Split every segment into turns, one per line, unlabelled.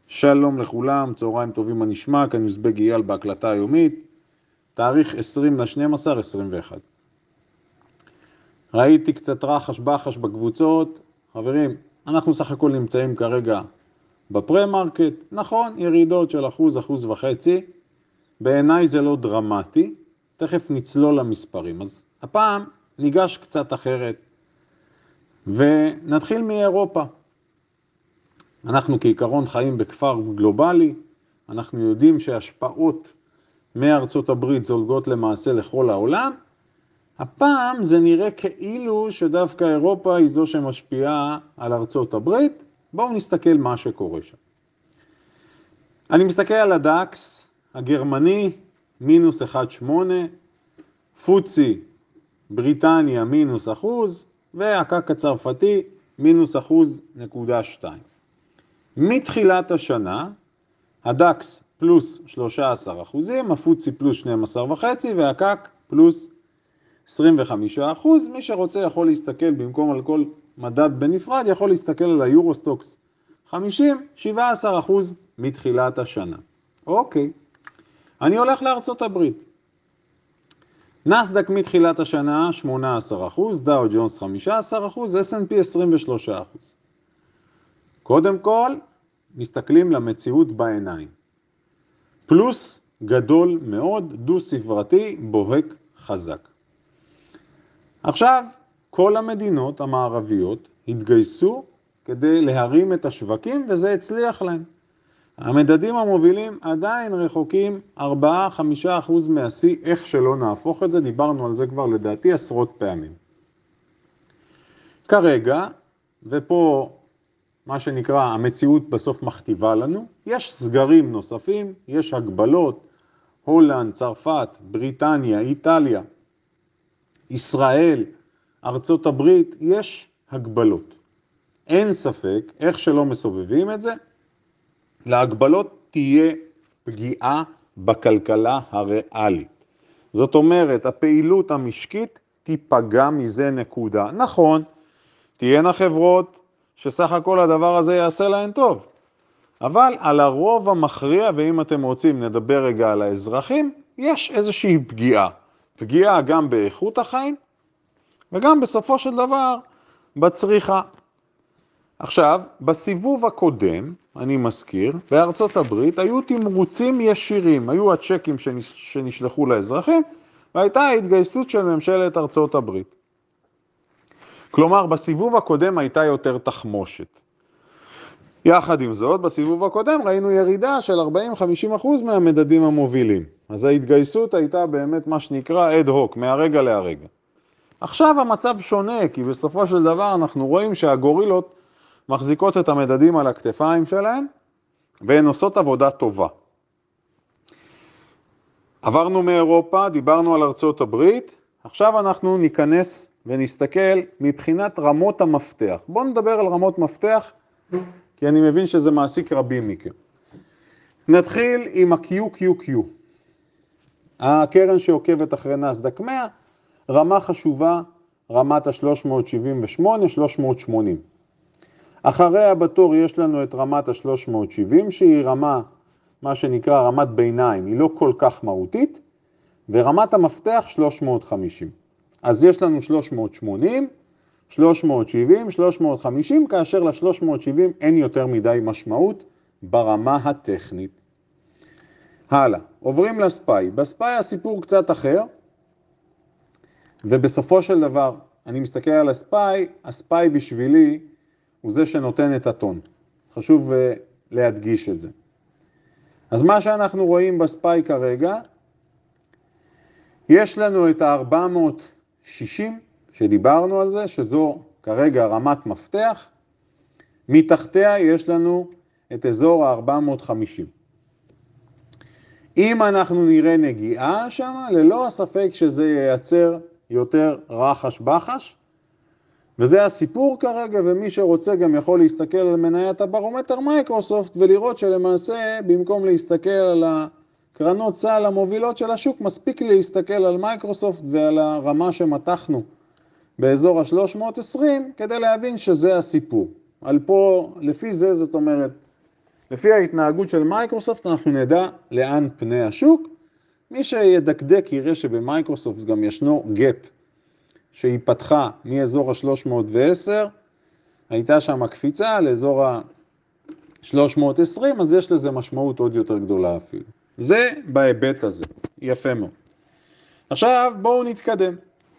שלום לכולם, צהריים טובים הנשמע, כאן יוזבג אייל בהקלטה היומית, תאריך 20/12/21. ראיתי קצת רחש בחש בקבוצות, חברים, אנחנו סך הכל נמצאים כרגע בפרה-מרקט, נכון, ירידות של 1%, 1.5%, בעיניי זה לא דרמטי, תכף נצלול למספרים, אז הפעם ניגש קצת אחרת, ונתחיל מאירופה. אנחנו כעיקרון חיים בכפר גלובלי, אנחנו יודעים שהשפעות מארצות הברית זולגות למעשה לכל העולם. הפעם זה נראה כאילו שדווקא אירופה היא זו שמשפיעה על ארצות הברית. בואו נסתכל מה שקורה שם. אני מסתכל על הדאקס הגרמני, מינוס 1.8, פוצי בריטניה מינוס 1%, והקק הצרפתי מינוס 1.2%. מתחילת השנה, הדאקס פלוס 13%, הפוצי פלוס 12.5%, והקק פלוס 25%. מי שרוצה יכול להסתכל במקום על כל מדד בנפרד, יכול להסתכל על היורוסטוקס 50, 17% מתחילת השנה. אוקיי, אני הולך לארצות הברית. נסדק מתחילת השנה 18%, דאו ג'ונס 15%, S&P 23%. קודם כל, מסתכלים למציאות בעיניים. פלוס גדול מאוד, דו ספרתי, בוהק חזק. עכשיו, כל המדינות המערביות התגייסו כדי להרים את השווקים, וזה הצליח להם. המדדים המובילים עדיין רחוקים 4-5% מהשיא, איך שלא נהפוך את זה, דיברנו על זה כבר לדעתי עשרות פעמים. כרגע, ופה מה שנקרא המציאות בסוף מכתיבה לנו, יש סגרים נוספים, יש הגבלות, הולנד, צרפת, בריטניה, איטליה, ישראל, ארצות הברית, יש הגבלות. אין ספק, איך שלא מסובבים את זה, להגבלות תהיה פגיעה בכלכלה הריאלית. זאת אומרת, הפעילות המשקית תיפגע מזה נקודה. נכון, תהיינה חברות שסך הכל הדבר הזה יעשה להן טוב. אבל על הרוב המכריע, ואם אתם רוצים נדבר רגע על האזרחים, יש איזושהי פגיעה. פגיעה גם באיכות החיים, וגם בסופו של דבר בצריכה. עכשיו, בסיבוב הקודם, אני מזכיר, בארצות הברית היו תמרוצים ישירים, היו הצ'קים שנשלחו לאזרחים, והייתה ההתגייסות של ממשלת ארצות הברית. כלומר, בסיבוב הקודם הייתה יותר תחמושת. יחד עם זאת, בסיבוב הקודם ראינו ירידה של 40-50% מהמדדים המובילים. אז ההתגייסות הייתה באמת מה שנקרא אד הוק, מהרגע להרגע. עכשיו המצב שונה, כי בסופו של דבר אנחנו רואים שהגורילות מחזיקות את המדדים על הכתפיים שלהם, והן עושות עבודה טובה. עברנו מאירופה, דיברנו על ארצות הברית, עכשיו אנחנו ניכנס ונסתכל מבחינת רמות המפתח. בואו נדבר על רמות מפתח, כי אני מבין שזה מעסיק רבים מכם. נתחיל עם ה-QQQ. הקרן שעוקבת אחרי נסדק 100, רמה חשובה, רמת ה-378, 380. אחריה בתור יש לנו את רמת ה-370, שהיא רמה, מה שנקרא רמת ביניים, היא לא כל כך מהותית, ורמת המפתח 350. אז יש לנו 380, 370, 350, כאשר ל-370 אין יותר מדי משמעות ברמה הטכנית. הלאה, עוברים לספיי. בספיי הסיפור קצת אחר, ובסופו של דבר, אני מסתכל על הספיי, הספיי בשבילי הוא זה שנותן את הטון. חשוב להדגיש את זה. אז מה שאנחנו רואים בספיי כרגע, יש לנו את ה-460, שדיברנו על זה, שזו כרגע רמת מפתח. מתחתיה יש לנו את אזור ה-450. אם אנחנו נראה נגיעה שם, ללא הספק שזה ייצר יותר רחש בחש, וזה הסיפור כרגע, ומי שרוצה גם יכול להסתכל על מניית הברומטר מייקרוסופט, ולראות שלמעשה במקום להסתכל על הקרנות סל המובילות של השוק, מספיק להסתכל על מייקרוסופט ועל הרמה שמתחנו באזור ה-320, כדי להבין שזה הסיפור. על פה, לפי זה, זאת אומרת, לפי ההתנהגות של מייקרוסופט אנחנו נדע לאן פני השוק. מי שידקדק יראה שבמייקרוסופט גם ישנו גאפ שהיא פתחה מאזור ה-310, הייתה שם קפיצה לאזור ה-320, אז יש לזה משמעות עוד יותר גדולה אפילו. זה בהיבט הזה, יפה מאוד. עכשיו בואו נתקדם.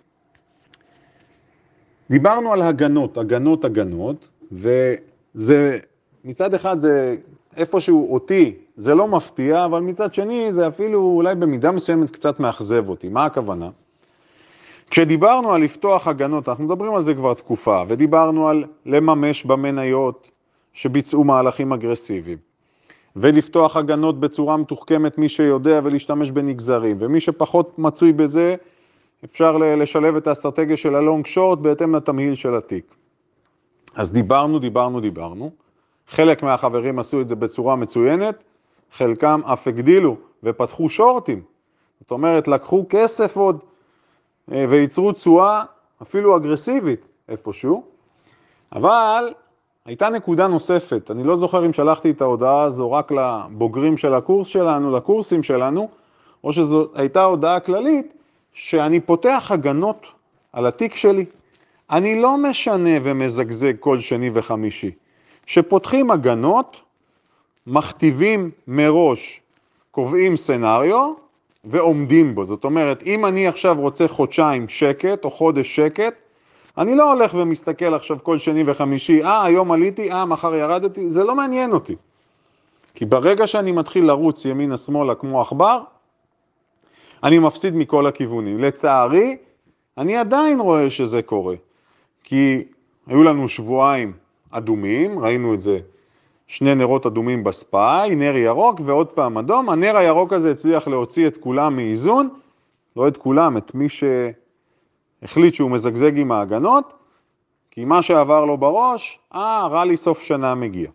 דיברנו על הגנות, וזה מצד אחד זה איפשהו אותי, זה לא מפתיע, אבל מצד שני זה אפילו אולי במידה מסוימת קצת מאכזב אותי. מה הכוונה? כשדיברנו על לפתוח הגנות, אנחנו מדברים על זה כבר תקופה, ודיברנו על לממש במניות שביצעו מהלכים אגרסיביים, ולפתוח הגנות בצורה מתוחכמת מי שיודע ולהשתמש בנגזרים, ומי שפחות מצוי בזה, אפשר לשלב את האסטרטגיה של הלונג שורט בהתאם לתמהיל של התיק. אז דיברנו. חלק מהחברים עשו את זה בצורה מצוינת, חלקם אף הגדילו ופתחו שורטים. זאת אומרת, לקחו כסף עוד וייצרו תשואה אפילו אגרסיבית איפשהו. אבל הייתה נקודה נוספת, אני לא זוכר אם שלחתי את ההודעה הזו רק לבוגרים של הקורס שלנו, לקורסים שלנו, או שזו הייתה הודעה כללית, שאני פותח הגנות על התיק שלי. אני לא משנה ומזגזג כל שני וחמישי. שפותחים הגנות, מכתיבים מראש, קובעים סנריו ועומדים בו. זאת אומרת, אם אני עכשיו רוצה חודשיים שקט או חודש שקט, אני לא הולך ומסתכל עכשיו כל שני וחמישי, היום עליתי, מחר ירדתי, זה לא מעניין אותי. כי ברגע שאני מתחיל לרוץ ימינה שמאלה כמו עכבר, אני מפסיד מכל הכיוונים. לצערי, אני עדיין רואה שזה קורה. כי היו לנו שבועיים אדומים, ראינו את זה, שני נרות אדומים בספאי, נר ירוק ועוד פעם אדום. הנר הירוק הזה הצליח להוציא את כולם מאיזון, לא את כולם, את מי שהחליט שהוא מזגזג עם ההגנות, כי מה שעבר לו בראש, רע לי סוף שנה מגיע.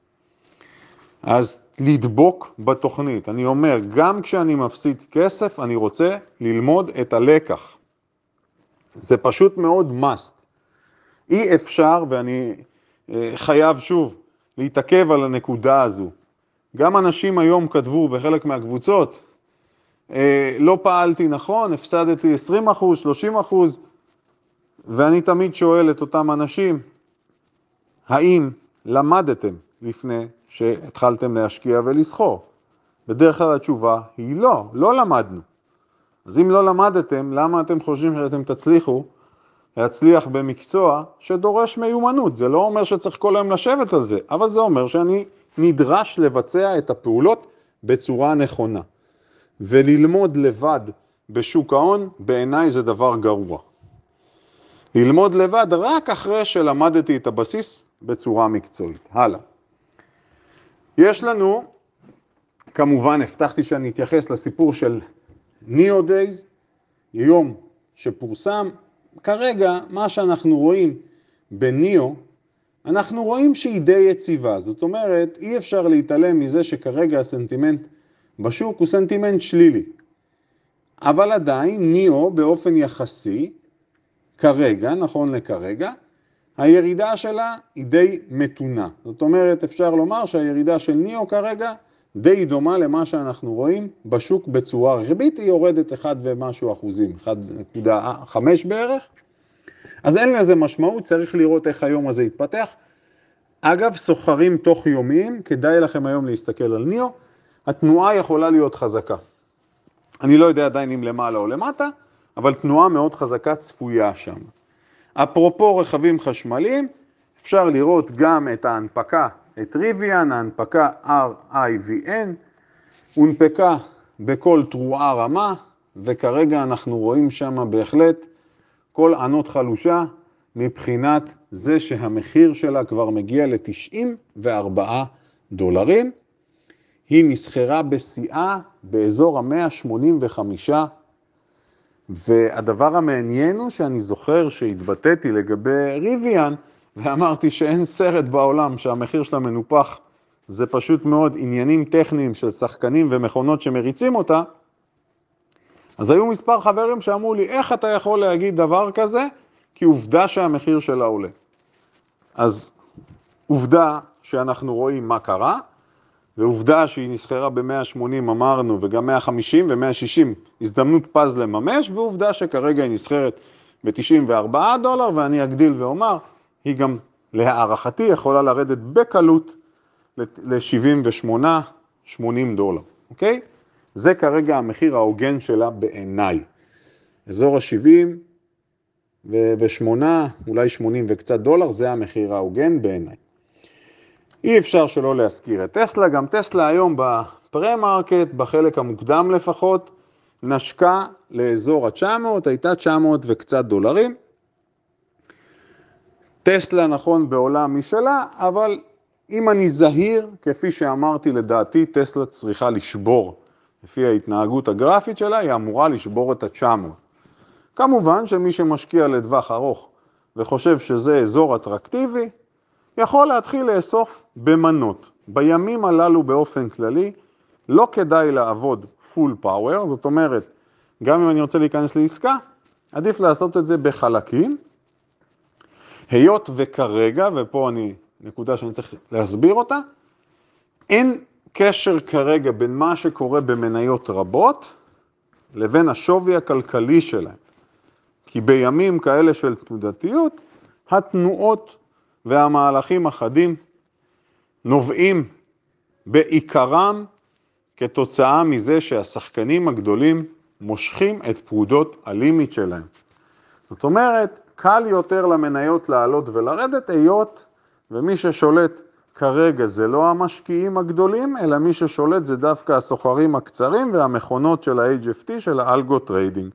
אז לדבוק בתוכנית. אני אומר, גם כשאני מפסיד כסף, אני רוצה ללמוד את הלקח. זה פשוט מאוד must. אי אפשר, ואני חייב שוב להתעכב על הנקודה הזו. גם אנשים היום כתבו בחלק מהקבוצות, לא פעלתי נכון, הפסדתי 20%, 30%, ואני תמיד שואל את אותם אנשים, האם למדתם לפני שהתחלתם להשקיע ולסחור? בדרך כלל התשובה היא לא למדנו. אז אם לא למדתם, למה אתם חושבים שאתם תצליחו להצליח במקצוע שדורש מיומנות? זה לא אומר שצריך כל היום לשבת על זה, אבל זה אומר שאני נדרש לבצע את הפעולות בצורה נכונה. וללמוד לבד בשוק ההון, בעיניי זה דבר גרוע. ללמוד לבד רק אחרי שלמדתי את הבסיס בצורה מקצועית. הלאה. יש לנו, כמובן, הבטחתי שאני אתייחס לסיפור של ניאו דייז, יום שפורסם. כרגע, מה שאנחנו רואים בניאו, אנחנו רואים שהיא די יציבה. זאת אומרת, אי אפשר להתעלם מזה שכרגע הסנטימנט בשוק הוא סנטימנט שלילי. אבל עדיין, ניאו באופן יחסי, כרגע, נכון לכרגע, הירידה שלה היא די מתונה. זאת אומרת, אפשר לומר שהירידה של ניאו כרגע די דומה למה שאנחנו רואים בשוק בצורה ריבית, היא יורדת 1 ומשהו אחוזים, 1.5 בערך. אז אין לזה משמעות, צריך לראות איך היום הזה יתפתח. אגב, סוחרים תוך יומיים, כדאי לכם היום להסתכל על ניאו, התנועה יכולה להיות חזקה. אני לא יודע עדיין אם למעלה או למטה, אבל תנועה מאוד חזקה צפויה שם. אפרופו רכבים חשמליים, אפשר לראות גם את ההנפקה, את ריוויאן, ההנפקה RIVN, הונפקה בכל תרועה רמה, וכרגע אנחנו רואים שם בהחלט כל ענות חלושה, מבחינת זה שהמחיר שלה כבר מגיע ל$94. היא נסחרה בשיאה באזור ה-185, והדבר המעניין הוא שאני זוכר שהתבטאתי לגבי ריוויאן, ואמרתי שאין סרט בעולם שהמחיר שלה מנופח, זה פשוט מאוד עניינים טכניים של שחקנים ומכונות שמריצים אותה. אז היו מספר חברים שאמרו לי, איך אתה יכול להגיד דבר כזה? כי עובדה שהמחיר שלה עולה. אז עובדה שאנחנו רואים מה קרה, ועובדה שהיא נסחרה ב-180 אמרנו, וגם 150 ו-160 הזדמנות פז לממש, ועובדה שכרגע היא נסחרת ב-94 דולר, ואני אגדיל ואומר, היא גם להערכתי יכולה לרדת בקלות ל-78-80 דולר, אוקיי? זה כרגע המחיר ההוגן שלה בעיניי. אזור ה-70 ו-8, אולי 80 וקצת דולר, זה המחיר ההוגן בעיניי. אי אפשר שלא להזכיר את טסלה, גם טסלה היום בפרה-מרקט, בחלק המוקדם לפחות, נשקה לאזור ה-900, הייתה 900 וקצת דולרים. טסלה נכון בעולם משלה, אבל אם אני זהיר, כפי שאמרתי לדעתי, טסלה צריכה לשבור. לפי ההתנהגות הגרפית שלה, היא אמורה לשבור את ה-900. כמובן שמי שמשקיע לטווח ארוך וחושב שזה אזור אטרקטיבי, יכול להתחיל לאסוף במנות. בימים הללו באופן כללי, לא כדאי לעבוד פול פאוור, זאת אומרת, גם אם אני רוצה להיכנס לעסקה, עדיף לעשות את זה בחלקים. היות וכרגע, ופה נקודה שאני צריך להסביר אותה, אין קשר כרגע בין מה שקורה במניות רבות, לבין השווי הכלכלי שלהם. כי בימים כאלה של תנודתיות, התנועות והמהלכים החדים נובעים בעיקרם כתוצאה מזה שהשחקנים הגדולים מושכים את פקודות הלימיט שלהם. זאת אומרת, קל יותר למניות לעלות ולרדת, היות ומי ששולט כרגע זה לא המשקיעים הגדולים, אלא מי ששולט זה דווקא הסוחרים הקצרים והמכונות של ה-HFT, של האלגו טריידינג.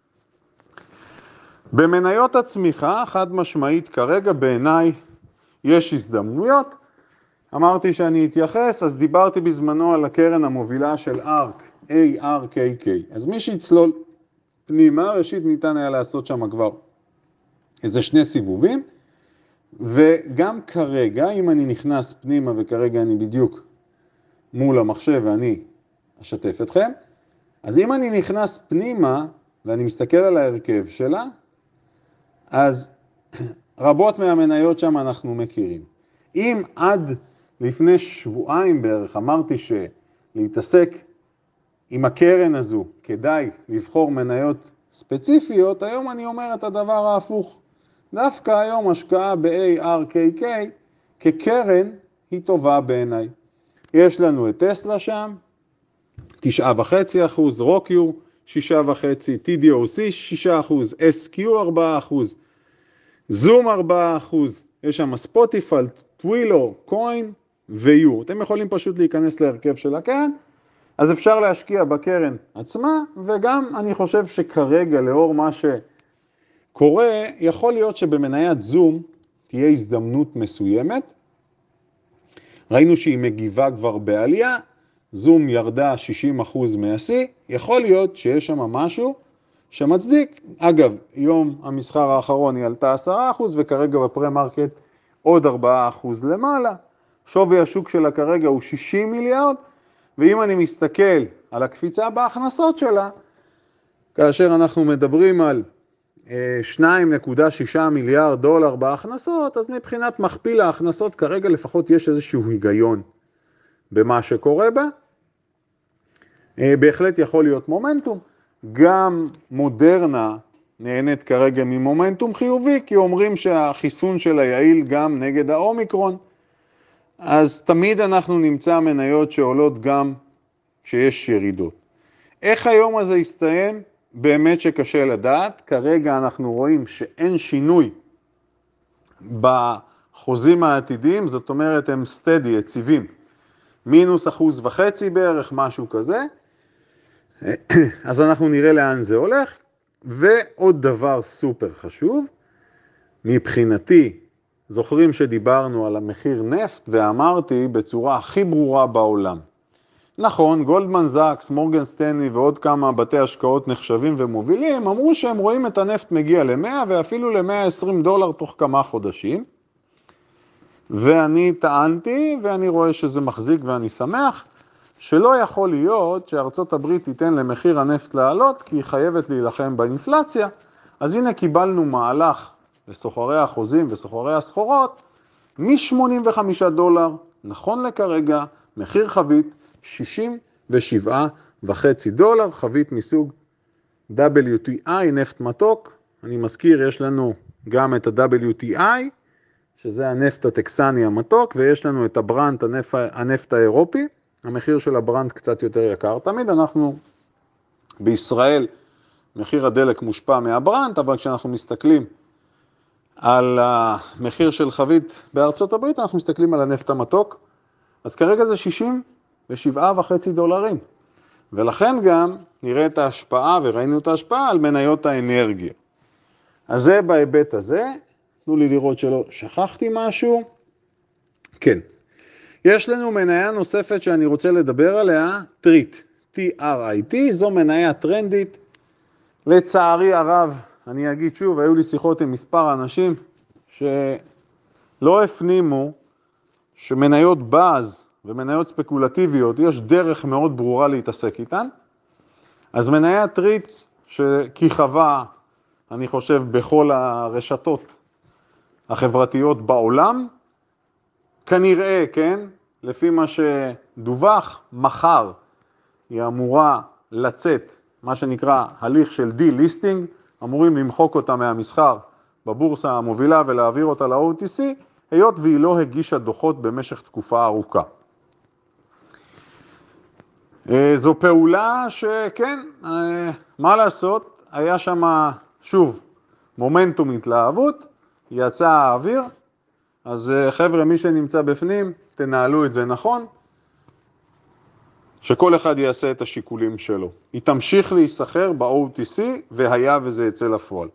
במניות הצמיחה, חד משמעית כרגע בעיניי יש הזדמנויות. אמרתי שאני אתייחס, אז דיברתי בזמנו על הקרן המובילה של ARK, ARKK. אז מי שיצלול פנימה, ראשית ניתן היה לעשות שם כבר איזה 2 סיבובים, וגם כרגע, אם אני נכנס פנימה וכרגע אני בדיוק מול המחשב ואני אשתף אתכם, אז אם אני נכנס פנימה ואני מסתכל על ההרכב שלה, אז רבות מהמניות שם אנחנו מכירים. אם עד לפני שבועיים בערך אמרתי שלהתעסק עם הקרן הזו כדאי לבחור מניות ספציפיות, היום אני אומר את הדבר ההפוך. דווקא היום השקעה ב-ARKK כקרן היא טובה בעיניי. יש לנו את טסלה שם, 9.5%, רוקיור 6.5%, TDOC 6%, SQ 4%, זום 4%, יש שם ספוטיפיי, טווילו, קוין ויו. אתם יכולים פשוט להיכנס להרכב של הקרן, אז אפשר להשקיע בקרן עצמה, וגם אני חושב שכרגע לאור מה שקורה, יכול להיות שבמניית זום תהיה הזדמנות מסוימת. ראינו שהיא מגיבה כבר בעלייה, זום ירדה 60% מהשיא, יכול להיות שיש שם משהו שמצדיק. אגב, יום המסחר האחרון היא עלתה 10% וכרגע בפרה-מרקט עוד 4% למעלה. שווי השוק שלה כרגע הוא 60 מיליארד, ואם אני מסתכל על הקפיצה בהכנסות שלה, כאשר אנחנו מדברים על 2.6 מיליארד דולר בהכנסות, אז מבחינת מכפיל ההכנסות כרגע לפחות יש איזשהו היגיון במה שקורה בה. בהחלט יכול להיות מומנטום. גם מודרנה נהנית כרגע ממומנטום חיובי, כי אומרים שהחיסון שלה יעיל גם נגד האומיקרון. אז תמיד אנחנו נמצא מניות שעולות גם כשיש ירידות. איך היום הזה יסתיים? באמת שקשה לדעת. כרגע אנחנו רואים שאין שינוי בחוזים העתידיים, זאת אומרת הם סטדי, יציבים. -1.5% בערך, משהו כזה. אז אנחנו נראה לאן זה הולך. ועוד דבר סופר חשוב, מבחינתי, זוכרים שדיברנו על המחיר נפט, ואמרתי בצורה הכי ברורה בעולם. נכון, גולדמן זאקס, מורגן סטנלי ועוד כמה בתי השקעות נחשבים ומובילים, אמרו שהם רואים את הנפט מגיע ל-100 ואפילו ל-120 דולר תוך כמה חודשים. ואני טענתי, ואני רואה שזה מחזיק ואני שמח, שלא יכול להיות שארצות הברית תיתן למחיר הנפט לעלות, כי היא חייבת להילחם באינפלציה. אז הנה קיבלנו מהלך לסוחרי החוזים וסוחרי הסחורות, מ-85 דולר, נכון לכרגע, מחיר חבית $67.5, חבית מסוג WTI, נפט מתוק. אני מזכיר, יש לנו גם את ה-WTI, שזה הנפט הטקסני המתוק, ויש לנו את הברנט, הנפט האירופי. המחיר של הברנט קצת יותר יקר. תמיד אנחנו בישראל, מחיר הדלק מושפע מהברנט, אבל כשאנחנו מסתכלים על המחיר של חבית בארצות הברית, אנחנו מסתכלים על הנפט המתוק. אז כרגע זה $67.5. ולכן גם נראה את ההשפעה, וראינו את ההשפעה על מניות האנרגיה. אז זה בהיבט הזה. תנו לי לראות שלא שכחתי משהו. כן. יש לנו מניה נוספת שאני רוצה לדבר עליה, טריט, T-R-I-T, זו מניה טרנדית. לצערי הרב, אני אגיד שוב, היו לי שיחות עם מספר אנשים שלא הפנימו שמניות באז ומניות ספקולטיביות, יש דרך מאוד ברורה להתעסק איתן. אז מניה טריט שכיכבה, אני חושב, בכל הרשתות החברתיות בעולם, כנראה, כן, לפי מה שדווח, מחר היא אמורה לצאת, מה שנקרא הליך של די-ליסטינג, אמורים למחוק אותה מהמסחר בבורסה המובילה ולהעביר אותה ל-OTC, היות והיא לא הגישה דוחות במשך תקופה ארוכה. זו פעולה שכן, מה לעשות, היה שם שוב מומנטום התלהבות, יצא האוויר, אז חבר'ה, מי שנמצא בפנים, תנהלו את זה נכון, שכל אחד יעשה את השיקולים שלו. היא תמשיך להיסחר ב-OTC, והיה וזה יצא לפועל.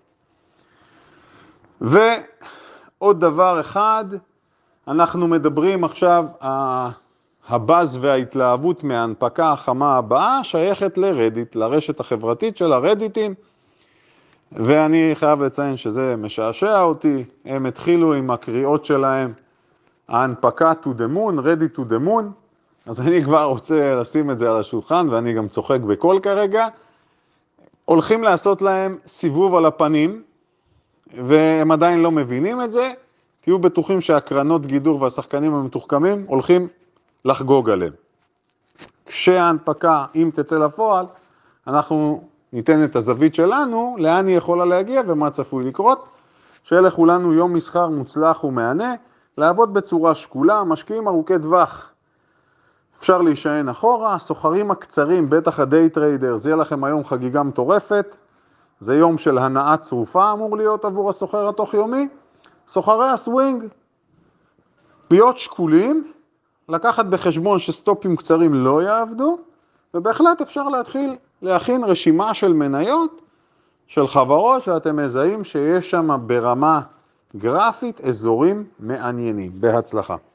ועוד דבר אחד, אנחנו מדברים עכשיו, הבאז וההתלהבות מההנפקה החמה הבאה, שייכת לרדיט, לרשת החברתית של הרדיטים, ואני חייב לציין שזה משעשע אותי. הם התחילו עם הקריאות שלהם, ההנפקה to the moon, ready to the moon, אז אני כבר רוצה לשים את זה על השולחן, ואני גם צוחק בכל כרגע. הולכים לעשות להם סיבוב על הפנים, והם עדיין לא מבינים את זה. תהיו בטוחים שהקרנות גידור והשחקנים המתוחכמים הולכים לחגוג עליהם. כשההנפקה, אם תצא לפועל, אנחנו ניתן את הזווית שלנו, לאן היא יכולה להגיע ומה צפוי לקרות. שיהיה לכולנו יום מסחר מוצלח ומענה, לעבוד בצורה שקולה, משקיעים ארוכי טווח. אפשר להישען אחורה, הסוחרים הקצרים, בטח הדיי טריידר, זה יהיה לכם היום חגיגה מטורפת. זה יום של הנאה צרופה אמור להיות עבור הסוחר התוך יומי. סוחרי הסווינג, להיות שקולים, לקחת בחשבון שסטופים קצרים לא יעבדו, ובהחלט אפשר להתחיל להכין רשימה של מניות, של חברות שאתם מזהים שיש שם ברמה גרפית אזורים מעניינים. בהצלחה.